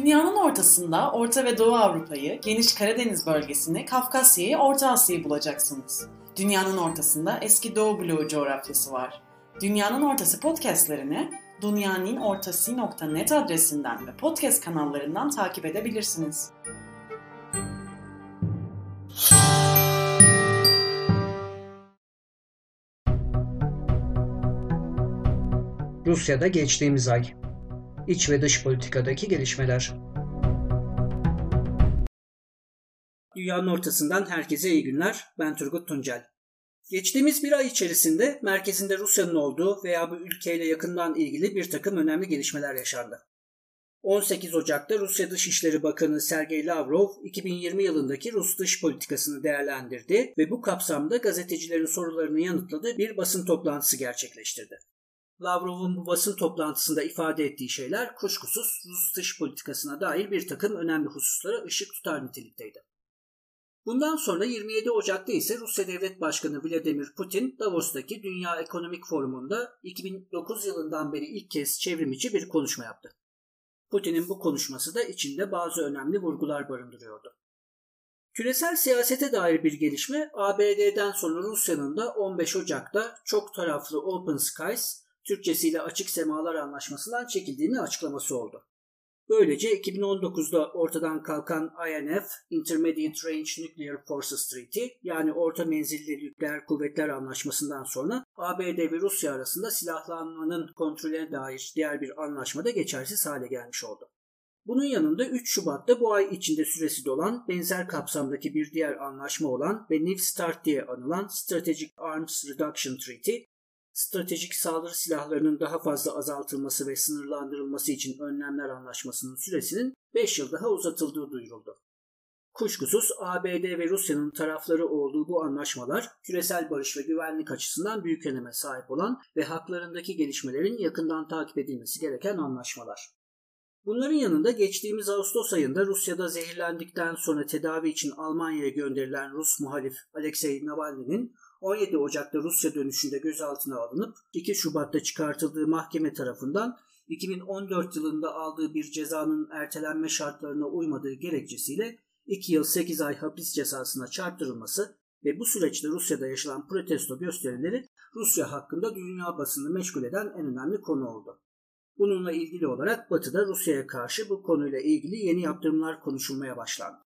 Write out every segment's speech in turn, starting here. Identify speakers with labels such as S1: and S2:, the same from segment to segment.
S1: Dünyanın ortasında Orta ve Doğu Avrupa'yı, geniş Karadeniz bölgesini, Kafkasya'yı, Orta Asya'yı bulacaksınız. Dünyanın ortasında eski Doğu bloğu coğrafyası var. Dünyanın Ortası podcastlerini dunyaninnortası.net adresinden ve podcast kanallarından takip edebilirsiniz.
S2: Rusya'da geçtiğimiz ay. İç ve dış politikadaki gelişmeler. Dünyanın ortasından herkese iyi günler. Ben Turgut Tuncel. Geçtiğimiz bir ay içerisinde merkezinde Rusya'nın olduğu veya bu ülkeyle yakından ilgili bir takım önemli gelişmeler yaşandı. 18 Ocak'ta Rusya Dışişleri Bakanı Sergey Lavrov 2020 yılındaki Rus dış politikasını değerlendirdi ve bu kapsamda gazetecilerin sorularını yanıtladığı bir basın toplantısı gerçekleştirdi. Lavrov'un bu basın toplantısında ifade ettiği şeyler kuşkusuz Rus dış politikasına dair bir takım önemli hususlara ışık tutar nitelikteydi. Bundan sonra 27 Ocak'ta ise Rusya Devlet Başkanı Vladimir Putin Davos'taki Dünya Ekonomik Forumu'nda 2009 yılından beri ilk kez çevrimiçi bir konuşma yaptı. Putin'in bu konuşması da içinde bazı önemli vurgular barındırıyordu. Küresel siyasete dair bir gelişme ABD'den sonra Rusya'nın da 15 Ocak'ta çok taraflı Open Skies, Türkçesiyle Açık Semalar Anlaşması'ndan çekildiğini açıklaması oldu. Böylece 2019'da ortadan kalkan INF, Intermediate Range Nuclear Forces Treaty, yani Orta Menzilli Nükleer Kuvvetler Anlaşması'ndan sonra ABD ve Rusya arasında silahlanmanın kontrolüne dair diğer bir anlaşma da geçersiz hale gelmiş oldu. Bunun yanında 3 Şubat'ta bu ay içinde süresi dolan benzer kapsamdaki bir diğer anlaşma olan ve New START diye anılan Strategic Arms Reduction Treaty, stratejik saldırı silahlarının daha fazla azaltılması ve sınırlandırılması için önlemler anlaşmasının süresinin 5 yıl daha uzatıldığı duyuruldu. Kuşkusuz ABD ve Rusya'nın tarafları olduğu bu anlaşmalar küresel barış ve güvenlik açısından büyük öneme sahip olan ve haklarındaki gelişmelerin yakından takip edilmesi gereken anlaşmalar. Bunların yanında geçtiğimiz Ağustos ayında Rusya'da zehirlendikten sonra tedavi için Almanya'ya gönderilen Rus muhalif Alexei Navalny'nin 17 Ocak'ta Rusya dönüşünde gözaltına alınıp 2 Şubat'ta çıkartıldığı mahkeme tarafından 2014 yılında aldığı bir cezanın ertelenme şartlarına uymadığı gerekçesiyle 2 yıl 8 ay hapis cezasına çarptırılması ve bu süreçte Rusya'da yaşanan protesto gösterileri Rusya hakkında dünya basını meşgul eden en önemli konu oldu. Bununla ilgili olarak Batı'da Rusya'ya karşı bu konuyla ilgili yeni yaptırımlar konuşulmaya başlandı.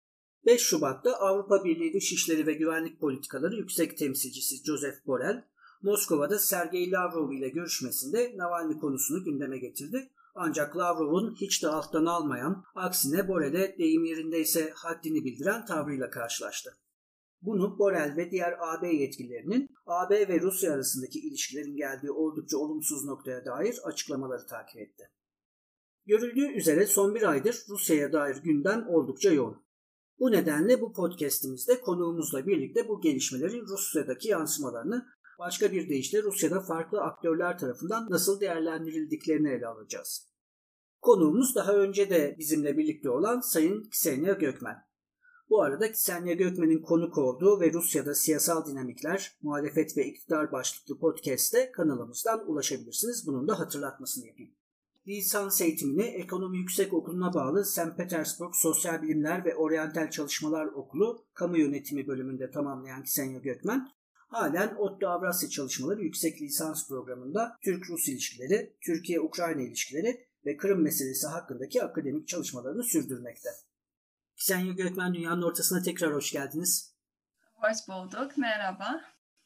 S2: 5 Şubat'ta Avrupa Birliği Dışişleri ve Güvenlik Politikaları Yüksek Temsilcisi Josep Borrell, Moskova'da Sergey Lavrov ile görüşmesinde Navalny konusunu gündeme getirdi. Ancak Lavrov'un hiç de alttan almayan, aksine Borrell'e deyim yerindeyse haddini bildiren tavrıyla karşılaştı. Bunu Borrell ve diğer AB yetkililerinin AB ve Rusya arasındaki ilişkilerin geldiği oldukça olumsuz noktaya dair açıklamaları takip etti. Görüldüğü üzere son bir aydır Rusya'ya dair gündem oldukça yoğun. Bu nedenle bu podcastimizde konuğumuzla birlikte bu gelişmelerin Rusya'daki yansımalarını, başka bir deyişle Rusya'da farklı aktörler tarafından nasıl değerlendirildiklerini ele alacağız. Konuğumuz daha önce de bizimle birlikte olan Sayın Ksenia Gökmen. Bu arada Ksenia Gökmen'in konuk olduğu ve Rusya'da siyasal dinamikler, muhalefet ve iktidar başlıklı podcast'te kanalımızdan ulaşabilirsiniz. Bunun da hatırlatmasını yapayım. Lisans eğitimini Ekonomi Yüksekokulu'na bağlı St. Petersburg Sosyal Bilimler ve Oryantal Çalışmalar Okulu Kamu Yönetimi bölümünde tamamlayan Ksenia Gökmen, halen ODTÜ Avrasya Çalışmaları Yüksek Lisans Programı'nda Türk-Rus ilişkileri, Türkiye-Ukrayna ilişkileri ve Kırım meselesi hakkındaki akademik çalışmalarını sürdürmekte. Ksenia Gökmen, Dünyanın Ortasına tekrar hoş geldiniz.
S3: Hoş bulduk, merhaba.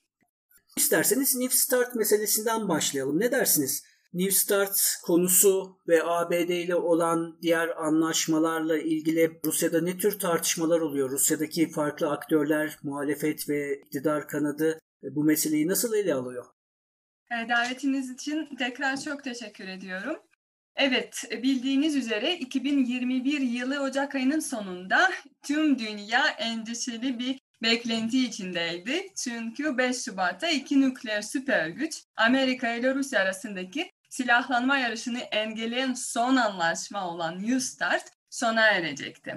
S2: İsterseniz New START meselesinden başlayalım. Ne dersiniz? New START konusu ve ABD ile olan diğer anlaşmalarla ilgili Rusya'da ne tür tartışmalar oluyor? Rusya'daki farklı aktörler, muhalefet ve iktidar kanadı bu meseleyi nasıl ele alıyor?
S3: Davetiniz için tekrar çok teşekkür ediyorum. Evet, bildiğiniz üzere 2021 yılı Ocak ayının sonunda tüm dünya endişeli bir beklenti içindeydi. Çünkü 5 Şubat'ta iki nükleer süper güç Amerika ile Rusya arasındaki silahlanma yarışını engelleyen son anlaşma olan New START sona erecekti.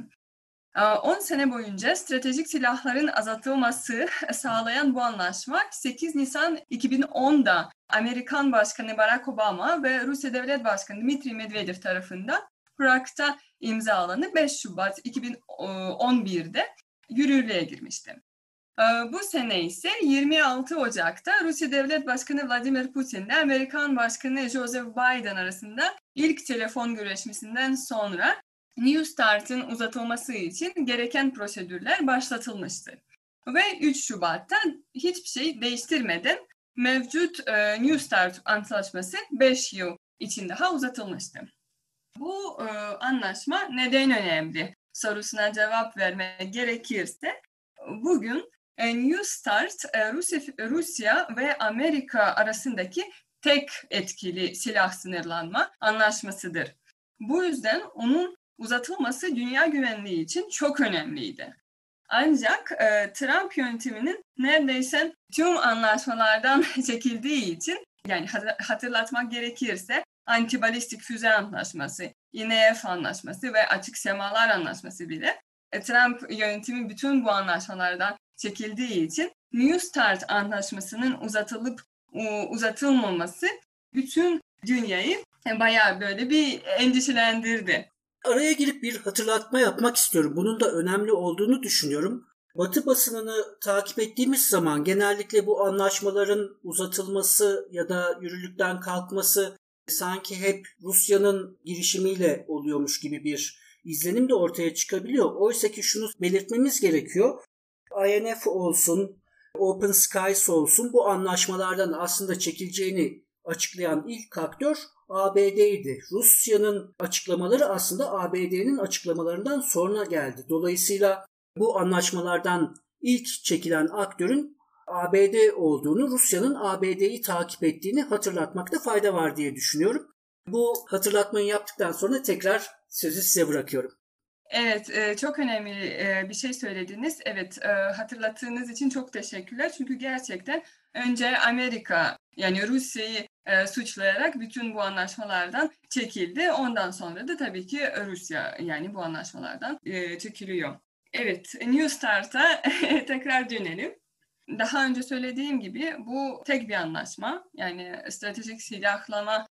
S3: 10 sene boyunca stratejik silahların azaltılması sağlayan bu anlaşma 8 Nisan 2010'da Amerikan Başkanı Barack Obama ve Rusya Devlet Başkanı Dmitry Medvedev tarafından Prag'da imzalanıp 5 Şubat 2011'de yürürlüğe girmişti. Bu sene ise 26 Ocak'ta Rusya Devlet Başkanı Vladimir Putin ile Amerikan Başkanı Joseph Biden arasında ilk telefon görüşmesinden sonra New START'ın uzatılması için gereken prosedürler başlatılmıştı. Ve 3 Şubat'ta hiçbir şey değiştirmeden mevcut New START antlaşması 5 yıl için daha uzatılmıştı. Bu anlaşma neden önemli sorusuna cevap vermek gerekirse bugün New START Rusya ve Amerika arasındaki tek etkili silah sınırlanma anlaşmasıdır. Bu yüzden onun uzatılması dünya güvenliği için çok önemliydi. Ancak Trump yönetiminin neredeyse tüm anlaşmalardan çekildiği için, yani hatırlatmak gerekirse antibalistik füze anlaşması, INF anlaşması ve açık semalar anlaşması bile Trump yönetimi bütün bu anlaşmalardan çekildiği için New START anlaşmasının uzatılmaması bütün dünyayı bayağı böyle bir endişelendirdi.
S2: Araya girip bir hatırlatma yapmak istiyorum. Bunun da önemli olduğunu düşünüyorum. Batı basınını takip ettiğimiz zaman genellikle bu anlaşmaların uzatılması ya da yürürlükten kalkması sanki hep Rusya'nın girişimiyle oluyormuş gibi bir izlenim de ortaya çıkabiliyor. Oysa ki şunu belirtmemiz gerekiyor. INF olsun, Open Skies olsun bu anlaşmalardan aslında çekileceğini açıklayan ilk aktör ABD'ydi. Rusya'nın açıklamaları aslında ABD'nin açıklamalarından sonra geldi. Dolayısıyla bu anlaşmalardan ilk çekilen aktörün ABD olduğunu, Rusya'nın ABD'yi takip ettiğini hatırlatmakta fayda var diye düşünüyorum. Bu hatırlatmayı yaptıktan sonra tekrar sözü size bırakıyorum.
S3: Evet, çok önemli bir şey söylediniz. Evet, hatırlattığınız için çok teşekkürler. Çünkü gerçekten önce Amerika, yani Rusya'yı suçlayarak bütün bu anlaşmalardan çekildi. Ondan sonra da tabii ki Rusya yani bu anlaşmalardan çekiliyor. Evet, New START'a tekrar dönelim. Daha önce söylediğim gibi bu tek bir anlaşma. Yani stratejik silahlama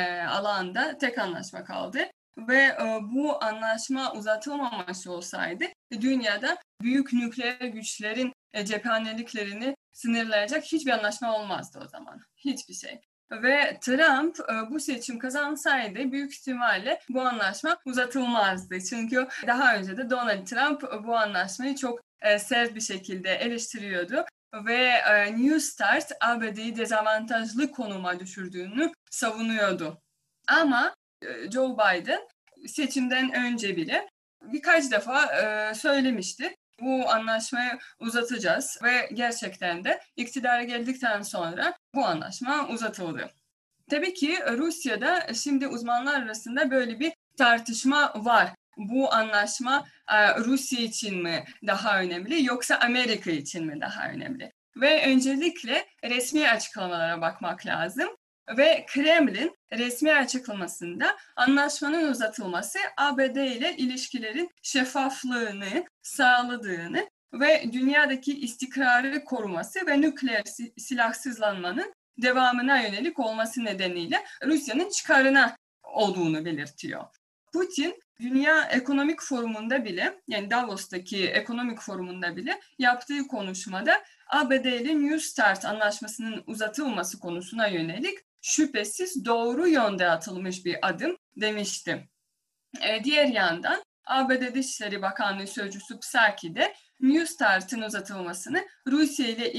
S3: alanda tek anlaşma kaldı. Ve bu anlaşma uzatılmamış olsaydı dünyada büyük nükleer güçlerin cephaneliklerini sınırlayacak hiçbir anlaşma olmazdı o zaman. Hiçbir şey. Ve Trump bu seçim kazansaydı büyük ihtimalle bu anlaşma uzatılmazdı. Çünkü daha önce de Donald Trump bu anlaşmayı çok sert bir şekilde eleştiriyordu. Ve New START ABD'yi dezavantajlı konuma düşürdüğünü savunuyordu. Ama Joe Biden seçimden önce bile birkaç defa söylemişti. Bu anlaşmayı uzatacağız ve gerçekten de iktidara geldikten sonra bu anlaşma uzatıldı. Tabii ki Rusya'da şimdi uzmanlar arasında böyle bir tartışma var. Bu anlaşma Rusya için mi daha önemli yoksa Amerika için mi daha önemli? Ve öncelikle resmi açıklamalara bakmak lazım. Ve Kremlin resmi açıklamasında anlaşmanın uzatılması ABD ile ilişkilerin şeffaflığını sağladığını ve dünyadaki istikrarı koruması ve nükleer silahsızlanmanın devamına yönelik olması nedeniyle Rusya'nın çıkarına olduğunu belirtiyor. Putin Dünya Ekonomik Forumu'nda bile, yani Davos'taki ekonomik forumunda bile yaptığı konuşmada ABD ile New START anlaşmasının uzatılması konusuna yönelik şüphesiz doğru yönde atılmış bir adım demişti. Diğer yandan ABD Dışişleri Bakanlığı Sözcüsü Psaki de New START'ın uzatılmasını Rusya ile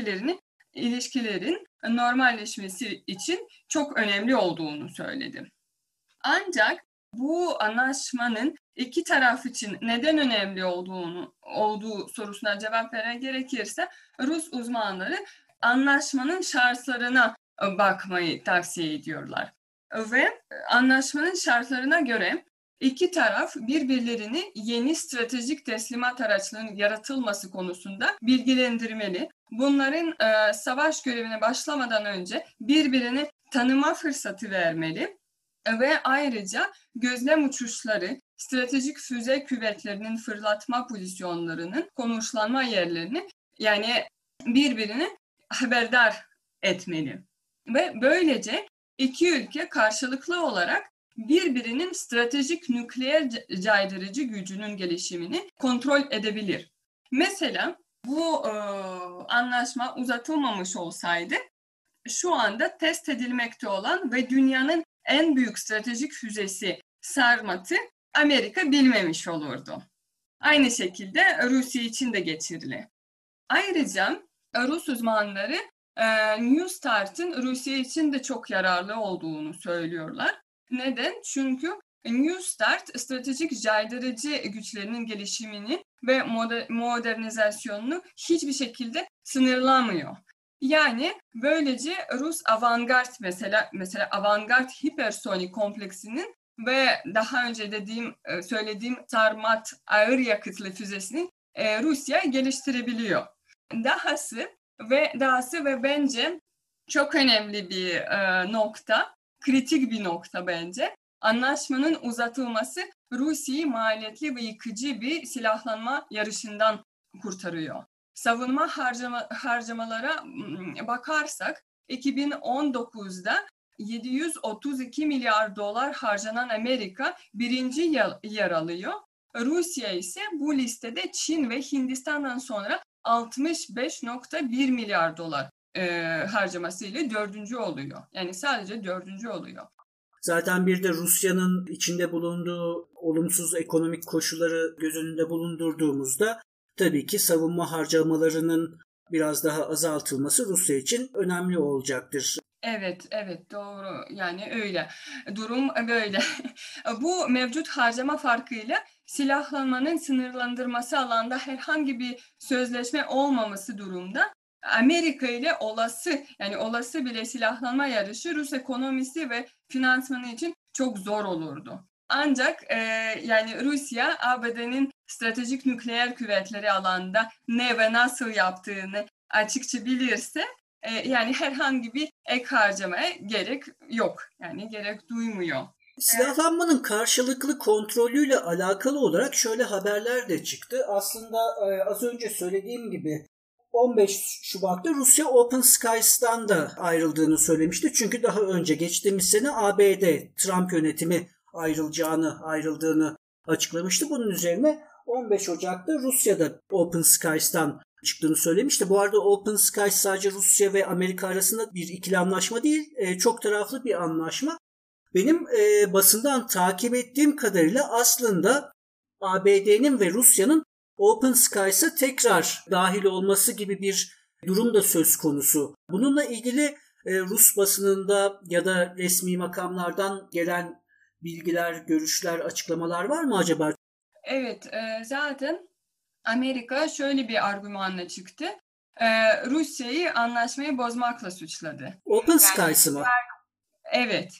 S3: ilişkilerin normalleşmesi için çok önemli olduğunu söyledi. Ancak bu anlaşmanın iki taraf için neden önemli olduğu sorusuna cevap veren gerekirse Rus uzmanları anlaşmanın şartlarına bakmayı tavsiye ediyorlar. Ve anlaşmanın şartlarına göre iki taraf birbirlerini yeni stratejik teslimat araçlarının yaratılması konusunda bilgilendirmeli. Bunların savaş görevine başlamadan önce birbirini tanıma fırsatı vermeli. Ve ayrıca gözlem uçuşları, stratejik füze küvetlerinin fırlatma pozisyonlarının konuşlanma yerlerini yani birbirini haberdar etmeli. Ve böylece iki ülke karşılıklı olarak birbirinin stratejik nükleer caydırıcı gücünün gelişimini kontrol edebilir. Mesela bu anlaşma uzatılmamış olsaydı şu anda test edilmekte olan ve dünyanın en büyük stratejik füzesi Sarmat'ı Amerika bilmemiş olurdu. Aynı şekilde Rusya için de geçerli. Ayrıca Rus uzmanları New START'ın Rusya için de çok yararlı olduğunu söylüyorlar. Neden? Çünkü New START stratejik caydırıcı güçlerinin gelişimini ve modernizasyonunu hiçbir şekilde sınırlamıyor. Yani böylece Rus avantgard mesela avantgard hipersonik kompleksinin ve daha önce söylediğim Sarmat ağır yakıtlı füzesini Rusya geliştirebiliyor. Dahası ve bence çok önemli bir nokta, kritik bir nokta bence. Anlaşmanın uzatılması Rusya'yı maliyetli ve yıkıcı bir silahlanma yarışından kurtarıyor. Savunma harcamalara bakarsak 2019'da 732 milyar dolar harcanan Amerika birinci yer alıyor. Rusya ise bu listede Çin ve Hindistan'dan sonra 65.1 milyar dolar harcamasıyla dördüncü oluyor. Yani sadece dördüncü oluyor.
S2: Zaten bir de Rusya'nın içinde bulunduğu olumsuz ekonomik koşulları göz önünde bulundurduğumuzda tabii ki savunma harcamalarının biraz daha azaltılması Rusya için önemli olacaktır.
S3: Evet, doğru. Yani öyle. Durum böyle. Bu mevcut harcama farkıyla silahlanmanın sınırlandırması alanda herhangi bir sözleşme olmaması durumda Amerika ile olası bile silahlanma yarışı Rus ekonomisi ve finansmanı için çok zor olurdu. Ancak yani Rusya ABD'nin stratejik nükleer kuvvetleri alanda ne ve nasıl yaptığını açıkça bilirse yani herhangi bir ek harcamaya gerek yok. Yani gerek duymuyor.
S2: Silahlanmanın karşılıklı kontrolüyle alakalı olarak şöyle haberler de çıktı. Aslında az önce söylediğim gibi 15 Şubat'ta Rusya Open Skies'tan da ayrıldığını söylemişti. Çünkü daha önce geçtiğimiz sene ABD Trump yönetimi ayrıldığını açıklamıştı. Bunun üzerine 15 Ocak'ta Rusya'da Open Skies'tan çıktığını söylemişti. Bu arada Open Skies sadece Rusya ve Amerika arasında bir ikili anlaşma değil, çok taraflı bir anlaşma. Benim basından takip ettiğim kadarıyla aslında ABD'nin ve Rusya'nın Open Skies'a tekrar dahil olması gibi bir durum da söz konusu. Bununla ilgili Rus basınında ya da resmi makamlardan gelen bilgiler, görüşler, açıklamalar var mı acaba?
S3: Evet, zaten Amerika şöyle bir argümanla çıktı. Rusya'yı anlaşmayı bozmakla suçladı.
S2: Open Skies'ı mı?
S3: Evet.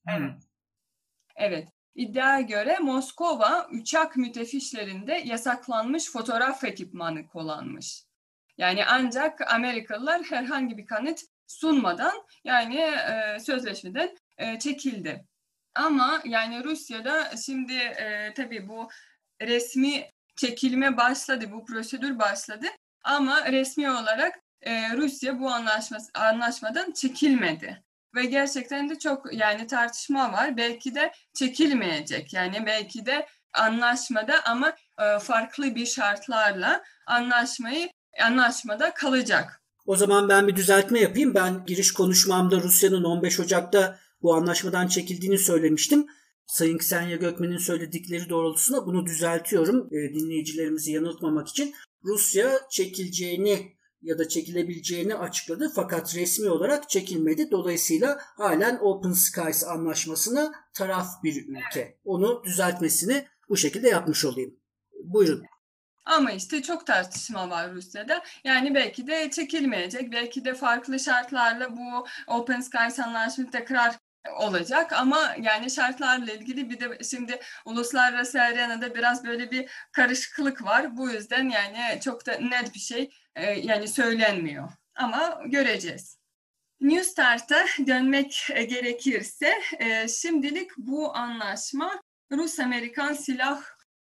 S3: Evet. İddiaya göre Moskova uçak müttefişlerinde yasaklanmış fotoğraf ekipmanı kullanmış. Yani ancak Amerikalılar herhangi bir kanıt sunmadan yani sözleşmeden çekildi. Ama yani Rusya'da şimdi tabii bu resmi çekilme başladı, bu prosedür başladı. Ama resmi olarak Rusya bu anlaşmadan çekilmedi. Ve gerçekten de çok yani tartışma var. Belki de çekilmeyecek. Yani belki de anlaşmada ama farklı bir şartlarla anlaşmada kalacak.
S2: O zaman ben bir düzeltme yapayım. Ben giriş konuşmamda Rusya'nın 15 Ocak'ta bu anlaşmadan çekildiğini söylemiştim. Sayın Ksenia Gökmen'in söyledikleri doğrultusunda bunu düzeltiyorum. Dinleyicilerimizi yanıltmamak için. Rusya çekileceğini ya da çekilebileceğini açıkladı fakat resmi olarak çekilmedi. Dolayısıyla halen Open Skies anlaşmasına taraf bir ülke. Onu düzeltmesini bu şekilde yapmış olayım. Buyurun.
S3: Ama işte çok tartışma var Rusya'da. Yani belki de çekilmeyecek, belki de farklı şartlarla bu Open Skies anlaşması tekrar olacak ama yani şartlarla ilgili bir de şimdi uluslararası arenada biraz böyle bir karışıklık var. Bu yüzden yani çok da net bir şey yani söylenmiyor. Ama göreceğiz. New START'a dönmek gerekirse şimdilik bu anlaşma Rus-Amerikan silah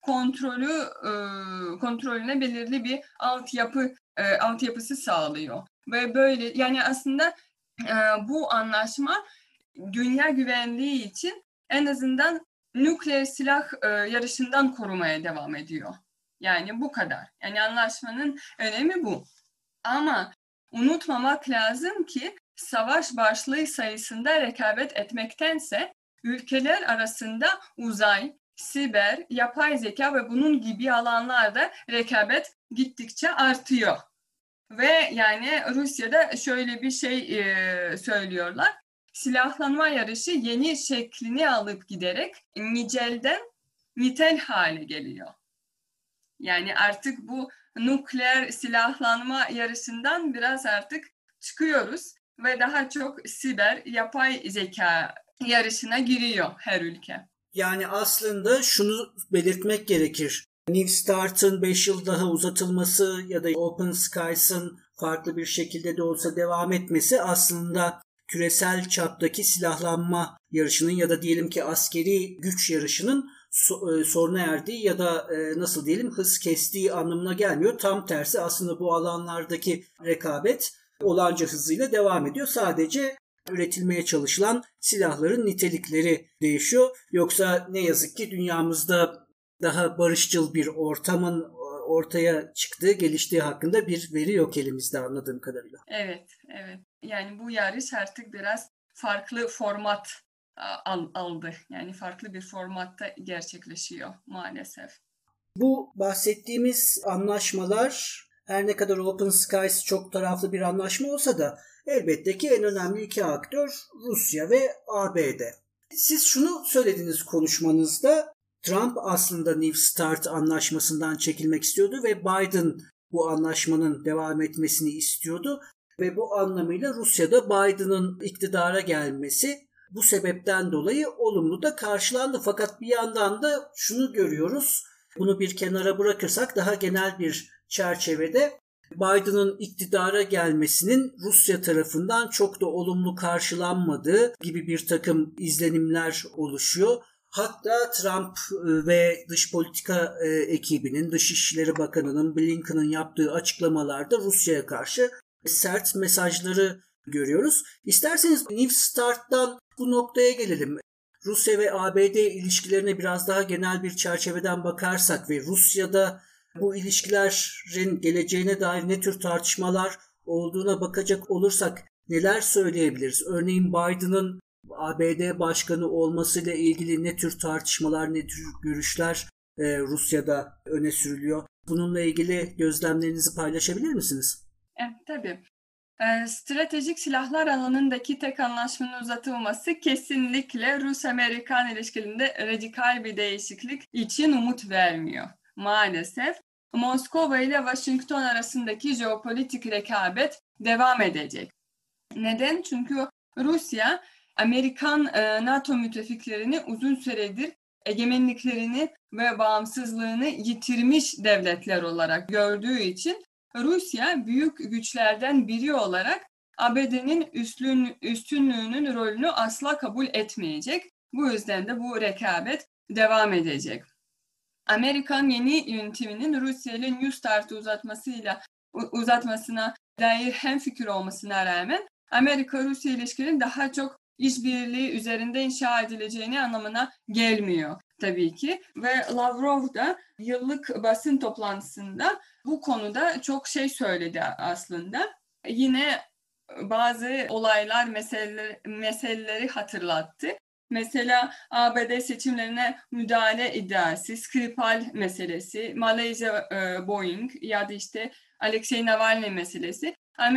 S3: kontrolüne belirli bir altyapısı sağlıyor. Ve böyle yani aslında bu anlaşma dünya güvenliği için en azından nükleer silah yarışından korumaya devam ediyor. Yani bu kadar. Yani anlaşmanın önemi bu. Ama unutmamak lazım ki savaş başlığı sayısında rekabet etmektense ülkeler arasında uzay, siber, yapay zeka ve bunun gibi alanlarda rekabet gittikçe artıyor. Ve yani Rusya'da şöyle bir şey söylüyorlar. Silahlanma yarışı yeni şeklini alıp giderek nicelden nitel hale geliyor. Yani artık bu nükleer silahlanma yarışından biraz artık çıkıyoruz ve daha çok siber, yapay zeka yarışına giriyor her ülke.
S2: Yani aslında şunu belirtmek gerekir. New START'ın 5 yıl daha uzatılması ya da Open Skies'ın farklı bir şekilde de olsa devam etmesi aslında küresel çaptaki silahlanma yarışının ya da diyelim ki askeri güç yarışının soruna erdiği ya da nasıl diyelim hız kestiği anlamına gelmiyor. Tam tersi aslında bu alanlardaki rekabet olanca hızıyla devam ediyor. Sadece üretilmeye çalışılan silahların nitelikleri değişiyor. Yoksa ne yazık ki dünyamızda daha barışçıl bir ortamın ortaya çıktığı, geliştiği hakkında bir veri yok elimizde anladığım kadarıyla.
S3: Evet. Yani bu yarış artık biraz farklı format aldı. Yani farklı bir formatta gerçekleşiyor maalesef.
S2: Bu bahsettiğimiz anlaşmalar her ne kadar Open Skies çok taraflı bir anlaşma olsa da elbette ki en önemli iki aktör Rusya ve ABD. Siz şunu söylediniz konuşmanızda, Trump aslında New START anlaşmasından çekilmek istiyordu ve Biden bu anlaşmanın devam etmesini istiyordu ve bu anlamıyla Rusya'da Biden'ın iktidara gelmesi bu sebepten dolayı olumlu da karşılandı. Fakat bir yandan da şunu görüyoruz, bunu bir kenara bırakırsak daha genel bir çerçevede Biden'ın iktidara gelmesinin Rusya tarafından çok da olumlu karşılanmadığı gibi bir takım izlenimler oluşuyor. Hatta Trump ve dış politika ekibinin, Dışişleri Bakanı'nın, Blinken'ın yaptığı açıklamalarda Rusya'ya karşı sert mesajları görüyoruz. İsterseniz New START'tan bu noktaya gelelim. Rusya ve ABD ilişkilerine biraz daha genel bir çerçeveden bakarsak ve Rusya'da bu ilişkilerin geleceğine dair ne tür tartışmalar olduğuna bakacak olursak neler söyleyebiliriz? Örneğin Biden'ın ABD başkanı olmasıyla ilgili ne tür tartışmalar, ne tür görüşler Rusya'da öne sürülüyor? Bununla ilgili gözlemlerinizi paylaşabilir misiniz?
S3: Tabii. Stratejik silahlar alanındaki tek anlaşmanın uzatılması kesinlikle Rus-Amerikan ilişkilerinde radikal bir değişiklik için umut vermiyor. Maalesef Moskova ile Washington arasındaki jeopolitik rekabet devam edecek. Neden? Çünkü Rusya, Amerikan NATO müttefiklerini uzun süredir egemenliklerini ve bağımsızlığını yitirmiş devletler olarak gördüğü için Rusya büyük güçlerden biri olarak ABD'nin üstünlüğünün rolünü asla kabul etmeyecek. Bu yüzden de bu rekabet devam edecek. Amerikan yeni yönetiminin Rusya ile New START'ı uzatmasına dair hemfikir olmasına rağmen Amerika-Rusya ilişkilerinin daha çok işbirliği üzerinde inşa edileceğini anlamına gelmiyor tabii ki. Ve Lavrov da yıllık basın toplantısında bu konuda çok şey söyledi aslında. Yine bazı olaylar, meseleleri hatırlattı. Mesela ABD seçimlerine müdahale iddiası, Skripal meselesi, Malezya Boeing ya da işte Alexei Navalny meselesi.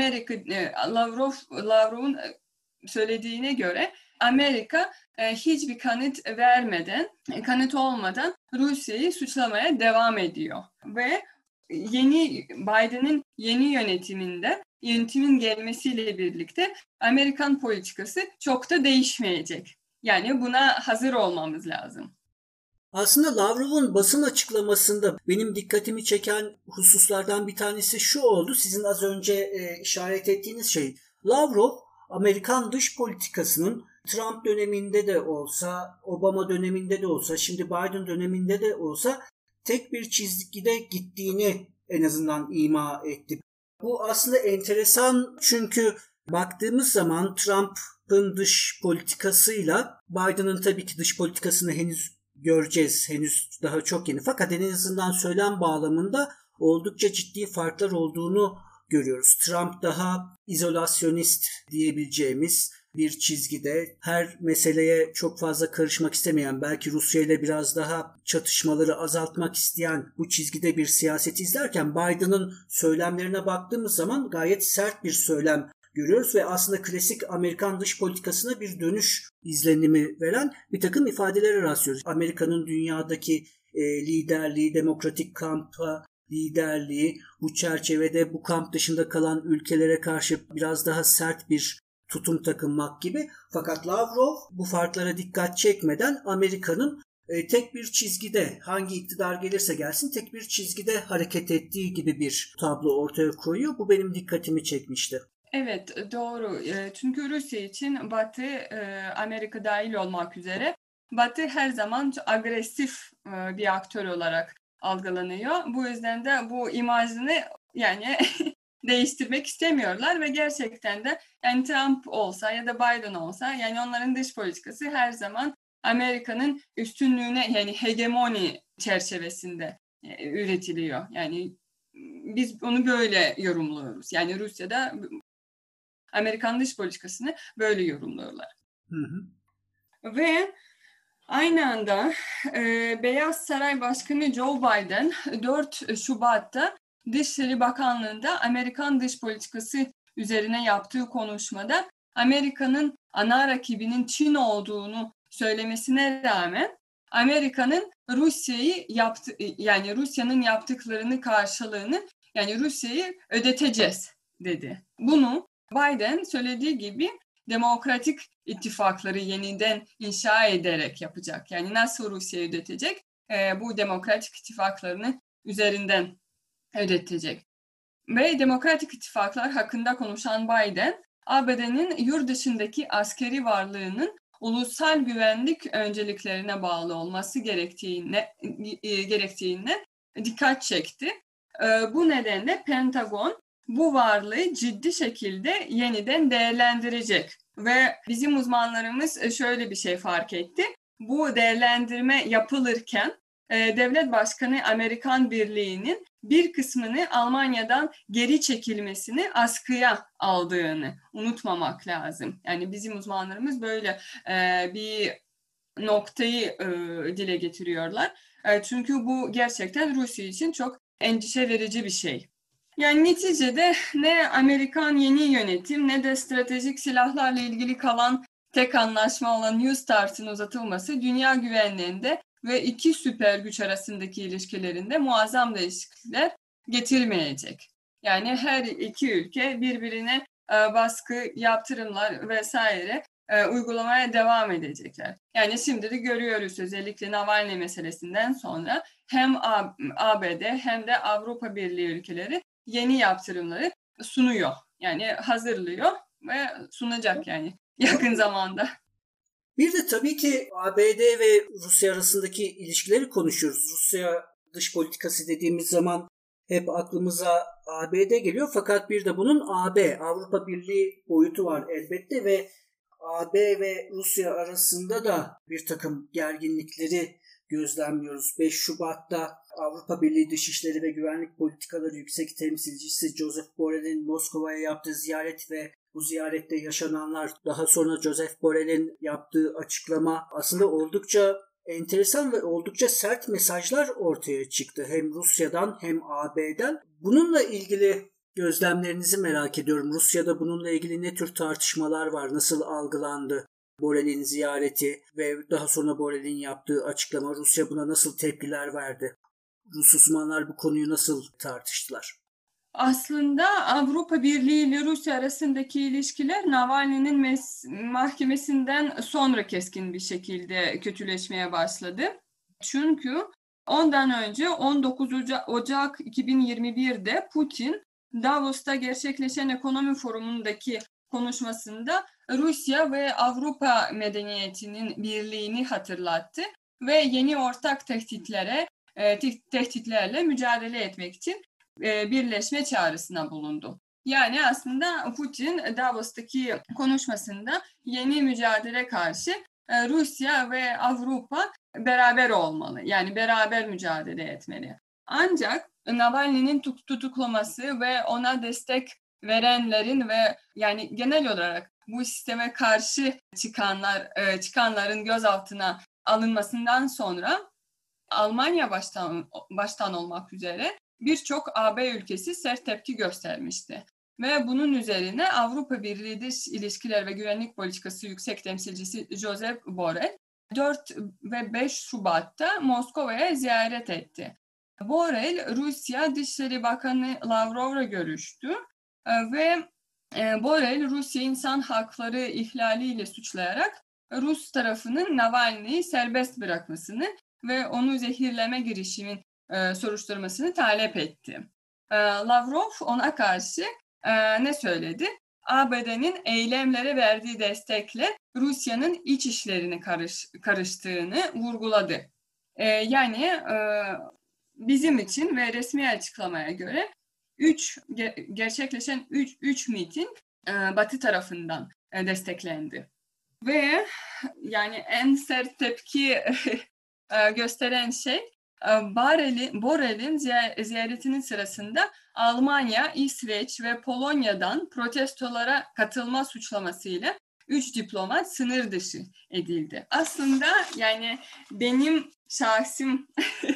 S3: Lavrov'un söylediğine göre Amerika hiçbir kanıt olmadan Rusya'yı suçlamaya devam ediyor. Ve Biden'ın yeni yönetimin gelmesiyle birlikte Amerikan politikası çok da değişmeyecek. Yani buna hazır olmamız lazım.
S2: Aslında Lavrov'un basın açıklamasında benim dikkatimi çeken hususlardan bir tanesi şu oldu. Sizin az önce işaret ettiğiniz şey. Lavrov, Amerikan dış politikasının Trump döneminde de olsa, Obama döneminde de olsa, şimdi Biden döneminde de olsa tek bir çizgide gittiğini en azından ima etti. Bu aslında enteresan çünkü baktığımız zaman Trump'ın Trump'ın dış politikasıyla Biden'ın tabii ki dış politikasını henüz göreceğiz. Henüz daha çok yeni. Fakat en azından söylem bağlamında oldukça ciddi farklar olduğunu görüyoruz. Trump daha izolasyonist diyebileceğimiz bir çizgide, her meseleye çok fazla karışmak istemeyen, belki Rusya ile biraz daha çatışmaları azaltmak isteyen bu çizgide bir siyaset izlerken Biden'ın söylemlerine baktığımız zaman gayet sert bir söylem görüyoruz ve aslında klasik Amerikan dış politikasına bir dönüş izlenimi veren bir takım ifadelere rastlıyoruz. Amerika'nın dünyadaki liderliği, demokratik kampa liderliği, bu çerçevede bu kamp dışında kalan ülkelere karşı biraz daha sert bir tutum takınmak gibi. Fakat Lavrov bu farklara dikkat çekmeden Amerika'nın tek bir çizgide, hangi iktidar gelirse gelsin tek bir çizgide hareket ettiği gibi bir tablo ortaya koyuyor. Bu benim dikkatimi çekmişti.
S3: Evet, doğru. Çünkü Rusya için Batı, Amerika dahil olmak üzere Batı her zaman agresif bir aktör olarak algılanıyor. Bu yüzden de bu imajını yani değiştirmek istemiyorlar ve gerçekten de yani Trump olsa ya da Biden olsa yani onların dış politikası her zaman Amerika'nın üstünlüğüne yani hegemoni çerçevesinde üretiliyor. Yani biz onu böyle yorumluyoruz. Yani Rusya'da Amerikan dış politikasını böyle yorumluyorlar.
S2: Hı hı.
S3: Ve aynı anda Beyaz Saray Başkanı Joe Biden 4 Şubat'ta Dışişleri Bakanlığı'nda Amerikan dış politikası üzerine yaptığı konuşmada Amerika'nın ana rakibinin Çin olduğunu söylemesine rağmen Amerika'nın Rusya'nın yaptıklarını karşılığını yani Rusya'yı ödeteceğiz dedi. Bunu Biden söylediği gibi demokratik ittifakları yeniden inşa ederek yapacak. Yani nasıl Rusya'yı ödetecek? Bu demokratik ittifaklarını üzerinden ödetecek. Ve demokratik ittifaklar hakkında konuşan Biden, ABD'nin yurt dışındaki askeri varlığının ulusal güvenlik önceliklerine bağlı olması gerektiğine dikkat çekti. Bu nedenle Pentagon bu varlığı ciddi şekilde yeniden değerlendirecek. Ve bizim uzmanlarımız şöyle bir şey fark etti. Bu değerlendirme yapılırken devlet başkanı Amerikan Birliği'nin bir kısmını Almanya'dan geri çekilmesini askıya aldığını unutmamak lazım. Yani bizim uzmanlarımız böyle bir noktayı dile getiriyorlar. Çünkü bu gerçekten Rusya için çok endişe verici bir şey. Yani neticede ne Amerikan yeni yönetim ne de stratejik silahlarla ilgili kalan tek anlaşma olan New START'ın uzatılması dünya güvenliğinde ve iki süper güç arasındaki ilişkilerinde muazzam değişiklikler getirmeyecek. Yani her iki ülke birbirine baskı, yaptırımlar vesaire uygulamaya devam edecekler. Yani şimdi de görüyoruz özellikle Navalny meselesinden sonra hem ABD hem de Avrupa Birliği ülkeleri yeni yaptırımları sunuyor. Yani hazırlıyor ve sunacak yani yakın zamanda.
S2: Bir de tabii ki ABD ve Rusya arasındaki ilişkileri konuşuyoruz. Rusya dış politikası dediğimiz zaman hep aklımıza ABD geliyor. Fakat bir de bunun Avrupa Birliği boyutu var elbette ve AB ve Rusya arasında da bir takım gerginlikleri gözlemliyoruz. 5 Şubat'ta Avrupa Birliği Dışişleri ve Güvenlik Politikaları Yüksek Temsilcisi Josep Borrell'in Moskova'ya yaptığı ziyaret ve bu ziyarette yaşananlar, daha sonra Josep Borrell'in yaptığı açıklama aslında oldukça enteresan ve oldukça sert mesajlar ortaya çıktı. Hem Rusya'dan hem AB'den. Bununla ilgili gözlemlerinizi merak ediyorum. Rusya'da bununla ilgili ne tür tartışmalar var? Nasıl algılandı Borrell'in ziyareti ve daha sonra Borrell'in yaptığı açıklama? Rusya buna nasıl tepkiler verdi? Rus uzmanlar bu konuyu nasıl tartıştılar?
S3: Aslında Avrupa Birliği ile Rusya arasındaki ilişkiler Navalny'nin mahkemesinden sonra keskin bir şekilde kötüleşmeye başladı. Çünkü ondan önce 19 Ocak 2021'de Putin Davos'ta gerçekleşen ekonomi forumundaki konuşmasında Rusya ve Avrupa medeniyetinin birliğini hatırlattı ve yeni ortak tehditlerle mücadele etmek için birleşme çağrısına bulundu. Yani aslında Putin Davos'taki konuşmasında yeni mücadele karşı Rusya ve Avrupa beraber olmalı. Yani beraber mücadele etmeli. Ancak Navalny'nin tutuklaması ve ona destek verenlerin ve yani genel olarak bu sisteme karşı çıkanların gözaltına alınmasından sonra Almanya baştan olmak üzere birçok AB ülkesi sert tepki göstermişti. Ve bunun üzerine Avrupa Birliği Dış İlişkiler ve Güvenlik Politikası Yüksek Temsilcisi Josep Borrell 4 ve 5 Şubat'ta Moskova'ya ziyaret etti. Borrell, Rusya Dışişleri Bakanı Lavrov'la görüştü ve Borrell, Rusya insan hakları ihlaliyle suçlayarak Rus tarafının Navalny'yi serbest bırakmasını ve onu zehirleme girişimin soruşturmasını talep etti. Lavrov ona karşı ne söyledi? ABD'nin eylemlere verdiği destekle Rusya'nın iç işlerini karıştığını vurguladı. Yani bizim için ve resmi açıklamaya göre gerçekleşen 3 miting Batı tarafından desteklendi. Ve yani en sert tepki gösteren şey Borrell'in ziyaretinin sırasında Almanya, İsveç ve Polonya'dan protestolara katılma suçlamasıyla 3 diplomat sınır dışı edildi. Aslında yani benim şahsım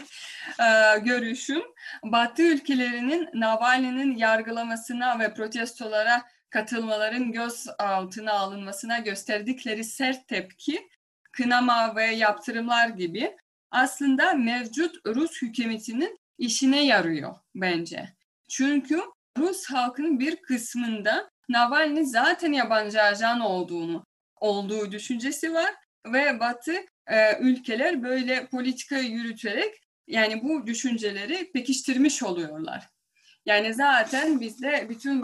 S3: görüşüm Batı ülkelerinin Navalny'nin yargılamasına ve protestolara katılmaların gözaltına alınmasına gösterdikleri sert tepki, kınama ve yaptırımlar gibi aslında mevcut Rus hükümetinin işine yarıyor bence. Çünkü Rus halkının bir kısmında Navalny zaten yabancı ajan olduğu düşüncesi var ve Batı ülkeler böyle politika yürüterek yani bu düşünceleri pekiştirmiş oluyorlar. Yani zaten bizde bütün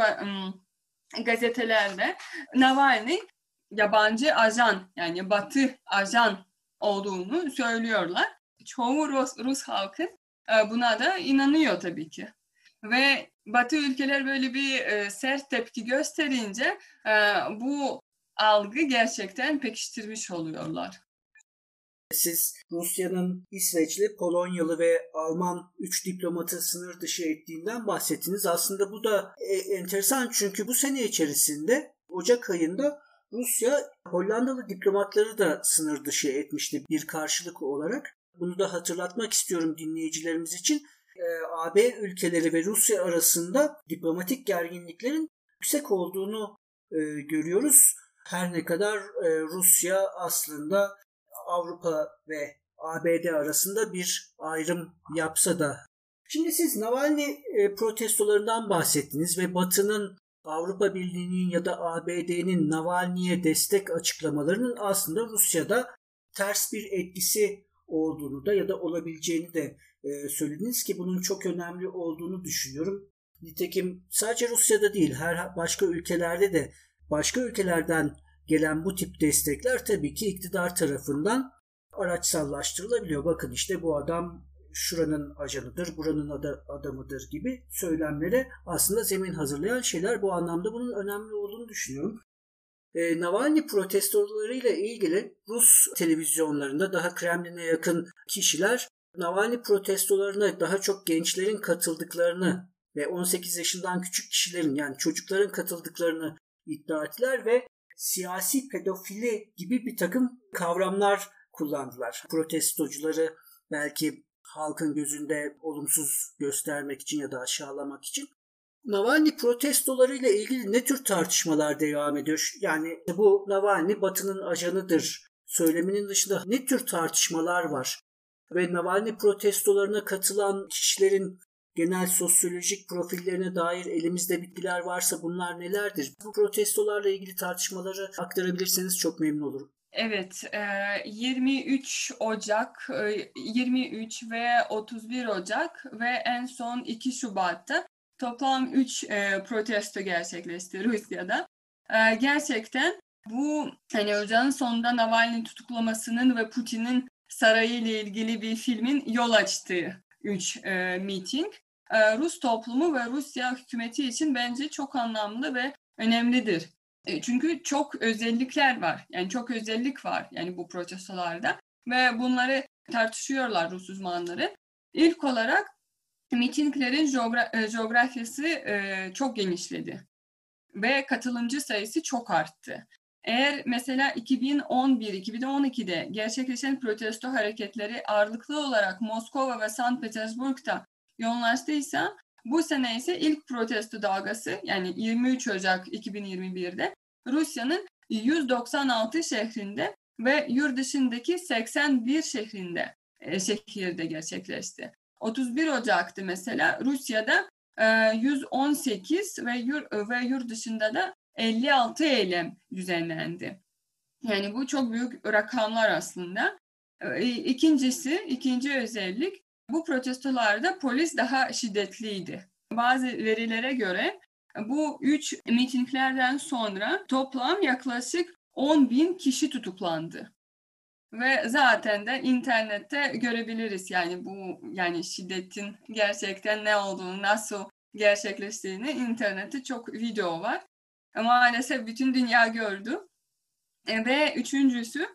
S3: gazetelerde Navalny yabancı ajan yani Batı ajan olduğunu söylüyorlar. Çoğu Rus halkı buna da inanıyor tabii ki. Ve Batı ülkeler böyle bir sert tepki gösterince bu algı gerçekten pekiştirmiş oluyorlar.
S2: Siz Rusya'nın İsveçli, Polonyalı ve Alman 3 diplomatı sınır dışı ettiğinden bahsettiniz. Aslında bu da enteresan çünkü bu sene içerisinde Ocak ayında Rusya Hollandalı diplomatları da sınır dışı etmişti bir karşılık olarak. Bunu da hatırlatmak istiyorum dinleyicilerimiz için. AB ülkeleri ve Rusya arasında diplomatik gerginliklerin yüksek olduğunu görüyoruz. Her ne kadar Rusya aslında Avrupa ve ABD arasında bir ayrım yapsa da. Şimdi siz Navalny protestolarından bahsettiniz ve Batı'nın, Avrupa Birliği'nin ya da ABD'nin Navalny'ye destek açıklamalarının aslında Rusya'da ters bir etkisi olduğunu da ya da olabileceğini de söylediniz ki bunun çok önemli olduğunu düşünüyorum. Nitekim sadece Rusya'da değil her başka ülkelerde de başka ülkelerden gelen bu tip destekler tabii ki iktidar tarafından araçsallaştırılabiliyor. Bakın işte bu adam şuranın ajanıdır, buranın adamıdır gibi söylemlere aslında zemin hazırlayan şeyler. Bu anlamda bunun önemli olduğunu düşünüyorum. Navalny protestolarıyla ilgili Rus televizyonlarında daha Kremlin'e yakın kişiler Navalny protestolarına daha çok gençlerin katıldıklarını ve 18 yaşından küçük kişilerin yani çocukların katıldıklarını iddia ettiler ve siyasi pedofili gibi bir takım kavramlar kullandılar. Protestocuları belki halkın gözünde olumsuz göstermek için ya da aşağılamak için. Navalny protestolarıyla ilgili ne tür tartışmalar devam ediyor? Yani bu Navalny Batı'nın ajanıdır söyleminin dışında ne tür tartışmalar var? Ve Navalny protestolarına katılan kişilerin genel sosyolojik profillerine dair elimizde bilgiler varsa bunlar nelerdir? Bu protestolarla ilgili tartışmaları aktarabilirseniz çok memnun olurum.
S3: Evet, 23 Ocak, 23 ve 31 Ocak ve en son 2 Şubat'ta toplam 3 protesto gerçekleşti Rusya'da. Gerçekten bu hani ocağın sonunda Navalny tutuklamasının ve Putin'in sarayı ile ilgili bir filmin yol açtığı 3 miting. Rus toplumu ve Rusya hükümeti için bence çok anlamlı ve önemlidir. Çünkü çok özellikler var. Yani çok özellik var yani bu protestolarda ve bunları tartışıyorlar Rus uzmanları. İlk olarak mitinglerin coğrafyası çok genişledi ve katılımcı sayısı çok arttı. Eğer mesela 2011-2012'de gerçekleşen protesto hareketleri ağırlıklı olarak Moskova ve Sankt Petersburg'da yoğunlaştıysa, bu sene ise ilk protesto dalgası yani 23 Ocak 2021'de Rusya'nın 196 şehrinde ve yurt dışındaki 81 şehirde gerçekleşti. 31 Ocak'tı mesela Rusya'da 118 ve yurt dışında da 56 eylem düzenlendi. Yani bu çok büyük rakamlar aslında. İkinci özellik, bu protestolarda polis daha şiddetliydi. Bazı verilere göre bu 3 mitinglerden sonra toplam yaklaşık 10.000 kişi tutuklandı. Ve zaten de internette görebiliriz yani bu yani şiddetin gerçekten ne olduğunu, nasıl gerçekleştiğini internette çok video var. Maalesef bütün dünya gördü. Ve üçüncüsü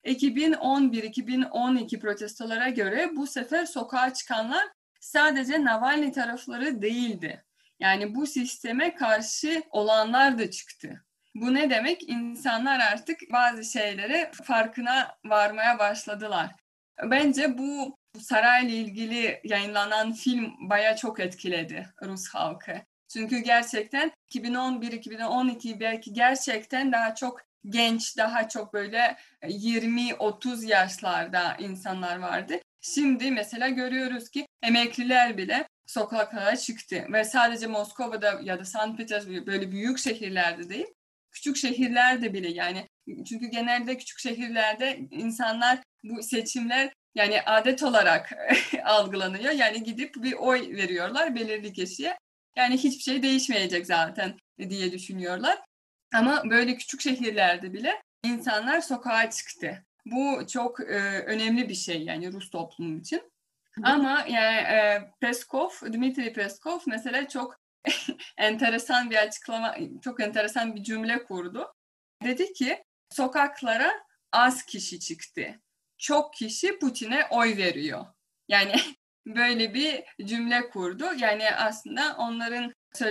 S3: 2011-2012 protestolara göre bu sefer sokağa çıkanlar sadece Navalny tarafları değildi. Yani bu sisteme karşı olanlar da çıktı. Bu ne demek? İnsanlar artık bazı şeylere farkına varmaya başladılar. Bence bu sarayla ilgili yayınlanan film bayağı çok etkiledi Rus halkı. Çünkü gerçekten 2011-2012 belki gerçekten daha çok genç, daha çok böyle 20-30 yaşlarda insanlar vardı. Şimdi mesela görüyoruz ki emekliler bile sokaklara çıktı ve sadece Moskova'da ya da Sankt Petersburg böyle büyük şehirlerde değil, küçük şehirlerde bile yani çünkü genelde küçük şehirlerde insanlar bu seçimler yani adet olarak algılanıyor. Yani gidip bir oy veriyorlar belirli kişiye. Yani hiçbir şey değişmeyecek zaten diye düşünüyorlar. Ama böyle küçük şehirlerde bile insanlar sokağa çıktı. Bu çok önemli bir şey yani Rus toplumu için. Ama yani Dmitri Peskov mesela çok enteresan bir açıklama, çok enteresan bir cümle kurdu. Dedi ki sokaklara az kişi çıktı. Çok kişi Putin'e oy veriyor. Yani böyle bir cümle kurdu. Yani aslında onların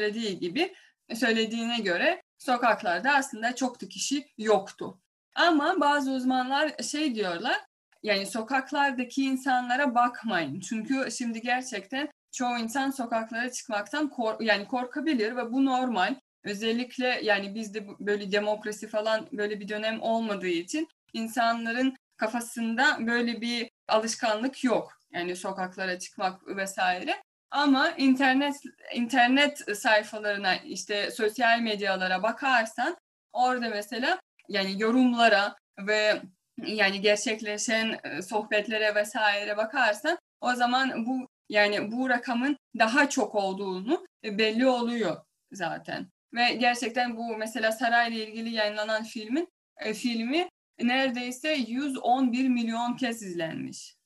S3: söylediğine göre sokaklarda aslında çok da kişi yoktu. Ama bazı uzmanlar şey diyorlar, yani sokaklardaki insanlara bakmayın. Çünkü şimdi gerçekten çoğu insan sokaklara çıkmaktan korkabilir ve bu normal. Özellikle yani bizde böyle demokrasi falan böyle bir dönem olmadığı için insanların kafasında böyle bir alışkanlık yok. Yani sokaklara çıkmak vesaire. Ama internet sayfalarına işte sosyal medyalara bakarsan orada mesela yani yorumlara ve yani gerçekleşen sohbetlere vesaire bakarsan o zaman bu rakamın daha çok olduğunu belli oluyor zaten. Ve gerçekten bu mesela sarayla ilgili yayınlanan filmi neredeyse 111 milyon kez izlenmiş.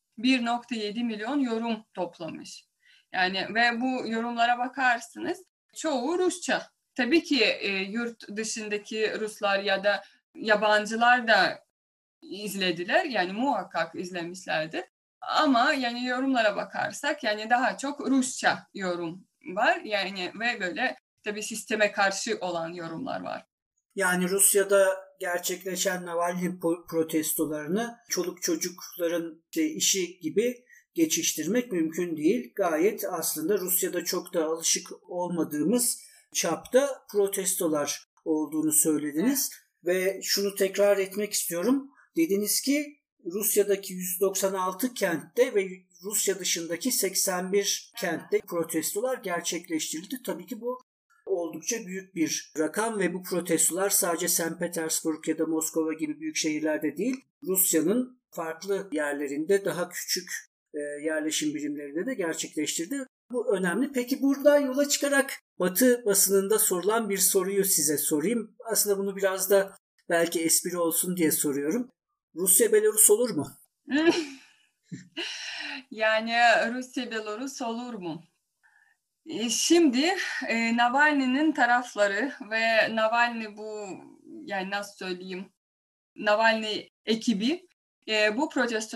S3: 1.7 milyon yorum toplamış. Yani ve bu yorumlara bakarsınız çoğu Rusça. Tabii ki yurt dışındaki Ruslar ya da yabancılar da izlediler. Yani muhakkak izlemişlerdir. Ama yani yorumlara bakarsak yani daha çok Rusça yorum var. Yani ve böyle tabii sisteme karşı olan yorumlar var.
S2: Yani Rusya'da gerçekleşen Navalny protestolarını çoluk çocukların işi gibi geçiştirmek mümkün değil. Gayet aslında Rusya'da çok da alışık olmadığımız çapta protestolar olduğunu söylediniz. Ve şunu tekrar etmek istiyorum. Dediniz ki Rusya'daki 196 kentte ve Rusya dışındaki 81 kentte protestolar gerçekleştirildi. Tabii ki bu oldukça büyük bir rakam ve bu protestolar sadece St. Petersburg ya da Moskova gibi büyük şehirlerde değil, Rusya'nın farklı yerlerinde daha küçük yerleşim birimlerinde de gerçekleştirdi. Bu önemli. Peki buradan yola çıkarak Batı basınında sorulan bir soruyu size sorayım. Aslında bunu biraz da belki espri olsun diye soruyorum. Rusya Belarus olur mu?
S3: Yani Rusya Belarus olur mu? Şimdi Navalny'nin tarafları ve Navalny bu, yani nasıl söyleyeyim, Navalny ekibi bu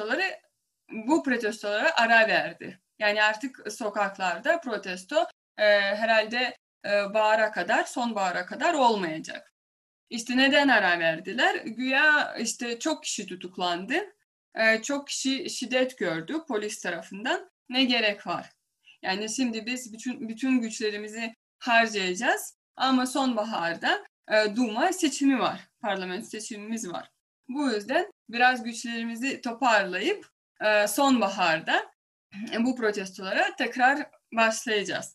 S3: protestolara ara verdi. Yani artık sokaklarda protesto herhalde sonbahara kadar olmayacak. İşte neden ara verdiler? Güya işte çok kişi tutuklandı, çok kişi şiddet gördü polis tarafından. Ne gerek var? Yani şimdi biz bütün güçlerimizi harcayacağız ama sonbaharda Duma seçimi var, parlamento seçimimiz var. Bu yüzden biraz güçlerimizi toparlayıp sonbaharda bu protestolara tekrar başlayacağız.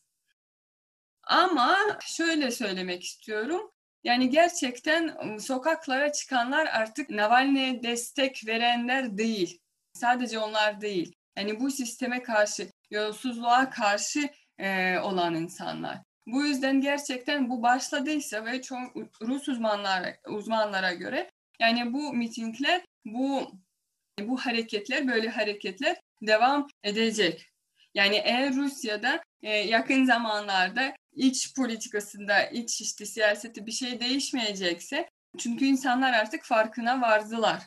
S3: Ama şöyle söylemek istiyorum. Yani gerçekten sokaklara çıkanlar artık Navalny'ye destek verenler değil. Sadece onlar değil. Yani bu sisteme karşı, yolsuzluğa karşı olan insanlar. Bu yüzden gerçekten bu başladıysa ve çok Rus uzmanlara göre yani bu mitingler, bu hareketler, böyle hareketler devam edecek. Yani eğer Rusya'da yakın zamanlarda iç politikasında, işte siyaseti bir şey değişmeyecekse, çünkü insanlar artık farkına vardılar.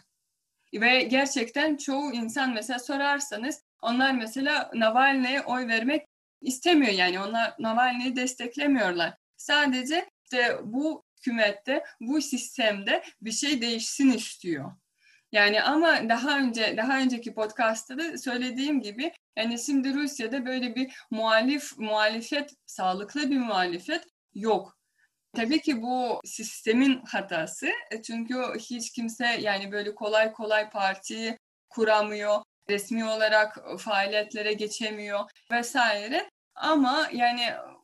S3: Ve gerçekten çoğu insan, mesela sorarsanız, onlar mesela Navalny'ye oy vermek istemiyor. Yani onlar Navalny'yi desteklemiyorlar. Sadece işte bu hükümette, bu sistemde bir şey değişsin istiyor. Yani ama daha önceki podcast'ta da söylediğim gibi, yani şimdi Rusya'da böyle bir muhalefet, sağlıklı bir muhalefet yok. Tabii ki bu sistemin hatası. Çünkü hiç kimse yani böyle kolay kolay partiyi kuramıyor, resmi olarak faaliyetlere geçemiyor vesaire. Ama yani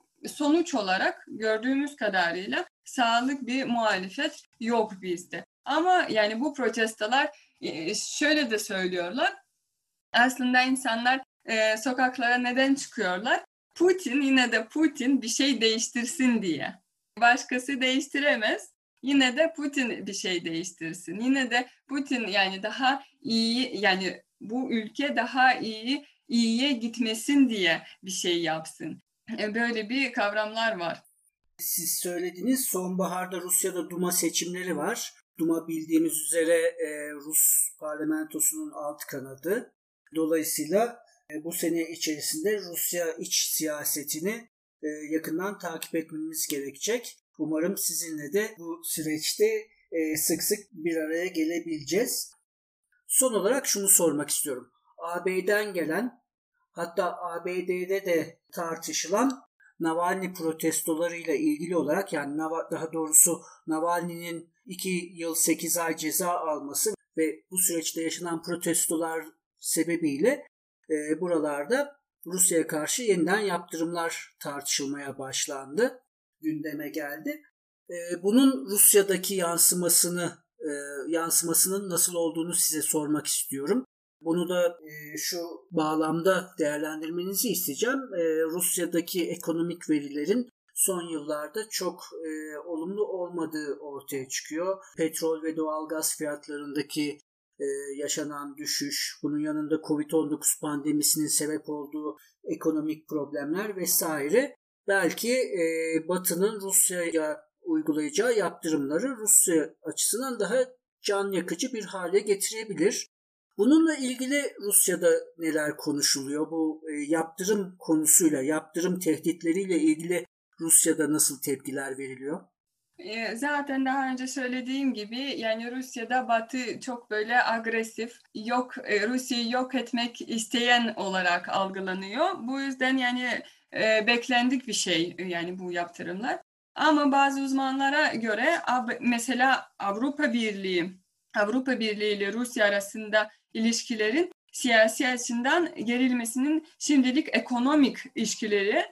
S3: sonuç olarak gördüğümüz kadarıyla sağlıklı bir muhalefet yok bizde. Ama yani bu protestolar, şöyle de söylüyorlar. Aslında insanlar sokaklara neden çıkıyorlar? Yine de Putin bir şey değiştirsin diye. Başkası değiştiremez. Yine de Putin bir şey değiştirsin. Yine de Putin yani daha iyi, yani bu ülke daha iyiye gitmesin diye bir şey yapsın. Böyle bir kavramlar var.
S2: Siz söylediniz, sonbaharda Rusya'da Duma seçimleri var. Duma bildiğimiz üzere Rus parlamentosunun alt kanadı. Dolayısıyla bu sene içerisinde Rusya iç siyasetini yakından takip etmemiz gerekecek. Umarım sizinle de bu süreçte sık sık bir araya gelebileceğiz. Son olarak şunu sormak istiyorum. AB'den gelen, hatta ABD'de de tartışılan Navalny protestolarıyla ilgili olarak, yani daha doğrusu Navalny'nin 2 yıl 8 ay ceza alması ve bu süreçte yaşanan protestolar sebebiyle buralarda Rusya'ya karşı yeniden yaptırımlar tartışılmaya başlandı, gündeme geldi. Bunun Rusya'daki yansımasının nasıl olduğunu size sormak istiyorum. Bunu da şu bağlamda değerlendirmenizi isteyeceğim. Rusya'daki ekonomik verilerin son yıllarda çok olumlu olmadığı ortaya çıkıyor. Petrol ve doğalgaz fiyatlarındaki yaşanan düşüş, bunun yanında Covid-19 pandemisinin sebep olduğu ekonomik problemler vesaire, belki Batı'nın Rusya'ya uygulayacağı yaptırımları Rusya açısından daha can yakıcı bir hale getirebilir. Bununla ilgili Rusya'da neler konuşuluyor? Bu yaptırım konusuyla, yaptırım tehditleriyle ilgili Rusya'da nasıl tepkiler veriliyor?
S3: Zaten daha önce söylediğim gibi, yani Rusya'da Batı çok böyle agresif, Rusya'yı yok etmek isteyen olarak algılanıyor. Bu yüzden yani beklendik bir şey yani bu yaptırımlar. Ama bazı uzmanlara göre mesela Avrupa Birliği ile Rusya arasında ilişkilerin siyasi açıdan gerilmesinin şimdilik ekonomik ilişkileri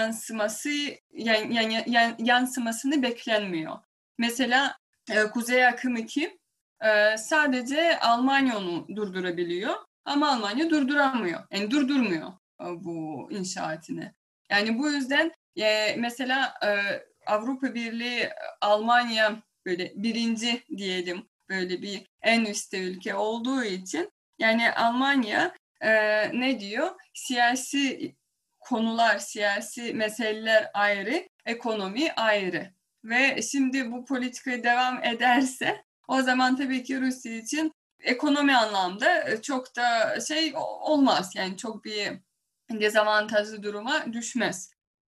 S3: yansımasını beklenmiyor. Mesela Kuzey Akım 2 sadece Almanya onu durdurabiliyor ama Almanya durduramıyor. Yani durdurmuyor bu inşaatını. Yani bu yüzden mesela Avrupa Birliği, Almanya böyle birinci diyelim, böyle bir en üstte ülke olduğu için yani Almanya ne diyor? Siyasi konular, siyasi meseleler ayrı, ekonomi ayrı. Ve şimdi bu politika devam ederse o zaman tabii ki Rusya için ekonomi anlamda çok da olmaz. Yani çok bir dezavantajlı duruma düşmez.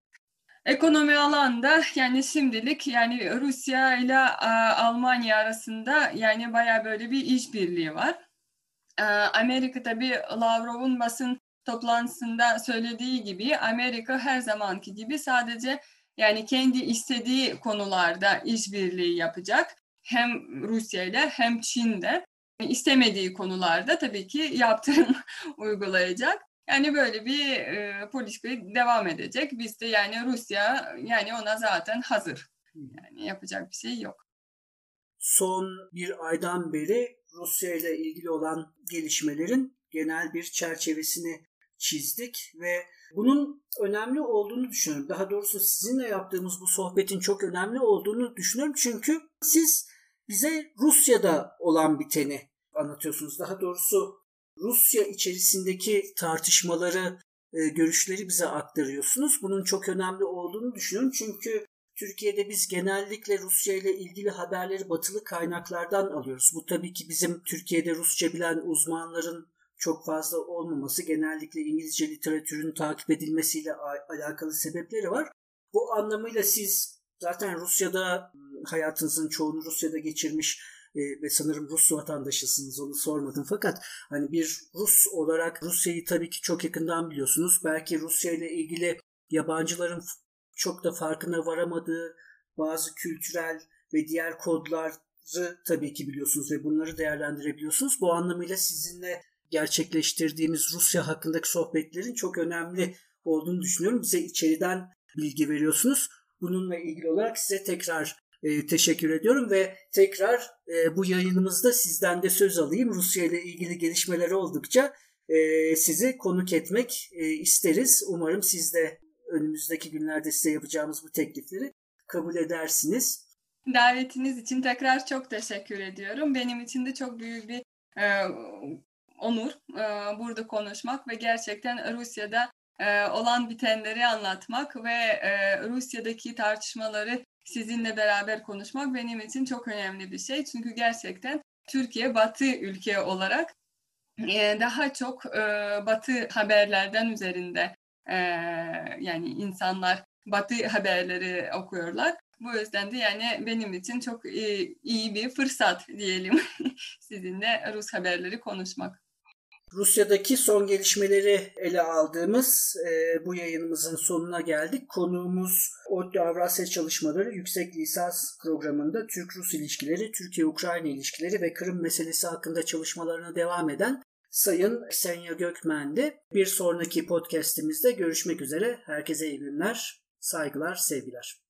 S3: Ekonomi alanda yani şimdilik yani Rusya ile Almanya arasında yani bayağı böyle bir işbirliği var. Amerika tabii Lavrov'un basın toplantısında söylediği gibi Amerika her zamanki gibi sadece yani kendi istediği konularda işbirliği yapacak. Hem Rusya ile hem Çin'de. İstemediği konularda tabii ki yaptırım uygulayacak. Yani böyle bir politikayı devam edecek. Biz de yani Rusya yani ona zaten hazır. Yani yapacak bir şey yok.
S2: Son bir aydan beri Rusya ile ilgili olan gelişmelerin genel bir çerçevesini çizdik ve bunun önemli olduğunu düşünüyorum. Daha doğrusu sizinle yaptığımız bu sohbetin çok önemli olduğunu düşünüyorum. Çünkü siz bize Rusya'da olan biteni anlatıyorsunuz. Daha doğrusu Rusya içerisindeki tartışmaları, görüşleri bize aktarıyorsunuz. Bunun çok önemli olduğunu düşünüyorum. Çünkü Türkiye'de biz genellikle Rusya ile ilgili haberleri batılı kaynaklardan alıyoruz. Bu tabii ki bizim Türkiye'de Rusça bilen uzmanların çok fazla olmaması, genellikle İngilizce literatürün takip edilmesiyle alakalı sebepleri var. Bu anlamıyla siz zaten Rusya'da hayatınızın çoğunu Rusya'da geçirmiş ve sanırım Rus vatandaşısınız, onu sormadım. Fakat hani bir Rus olarak Rusya'yı tabii ki çok yakından biliyorsunuz. Belki Rusya ile ilgili yabancıların çok da farkına varamadığı bazı kültürel ve diğer kodları tabii ki biliyorsunuz ve bunları değerlendirebiliyorsunuz. Bu anlamıyla sizinle gerçekleştirdiğimiz Rusya hakkındaki sohbetlerin çok önemli olduğunu düşünüyorum. Bize içeriden bilgi veriyorsunuz. Bununla ilgili olarak size tekrar teşekkür ediyorum ve tekrar bu yayınımızda sizden de söz alayım. Rusya ile ilgili gelişmeler oldukça sizi konuk etmek isteriz. Umarım siz de önümüzdeki günlerde size yapacağımız bu teklifleri kabul edersiniz.
S3: Davetiniz için tekrar çok teşekkür ediyorum. Benim için de çok büyük bir onur burada konuşmak ve gerçekten Rusya'da olan bitenleri anlatmak ve Rusya'daki tartışmaları sizinle beraber konuşmak benim için çok önemli bir şey. Çünkü gerçekten Türkiye Batı ülke olarak daha çok Batı haberlerden üzerinde yani insanlar Batı haberleri okuyorlar. Bu yüzden de yani benim için çok iyi bir fırsat diyelim sizinle Rus haberleri konuşmak.
S2: Rusya'daki son gelişmeleri ele aldığımız bu yayınımızın sonuna geldik. Konuğumuz ODTÜ Avrasya Çalışmaları Yüksek Lisans Programı'nda Türk-Rus ilişkileri, Türkiye-Ukrayna ilişkileri ve Kırım meselesi hakkında çalışmalarına devam eden Sayın Ksenia Gökmen'di. Bir sonraki podcast'imizde görüşmek üzere. Herkese iyi günler, saygılar, sevgiler.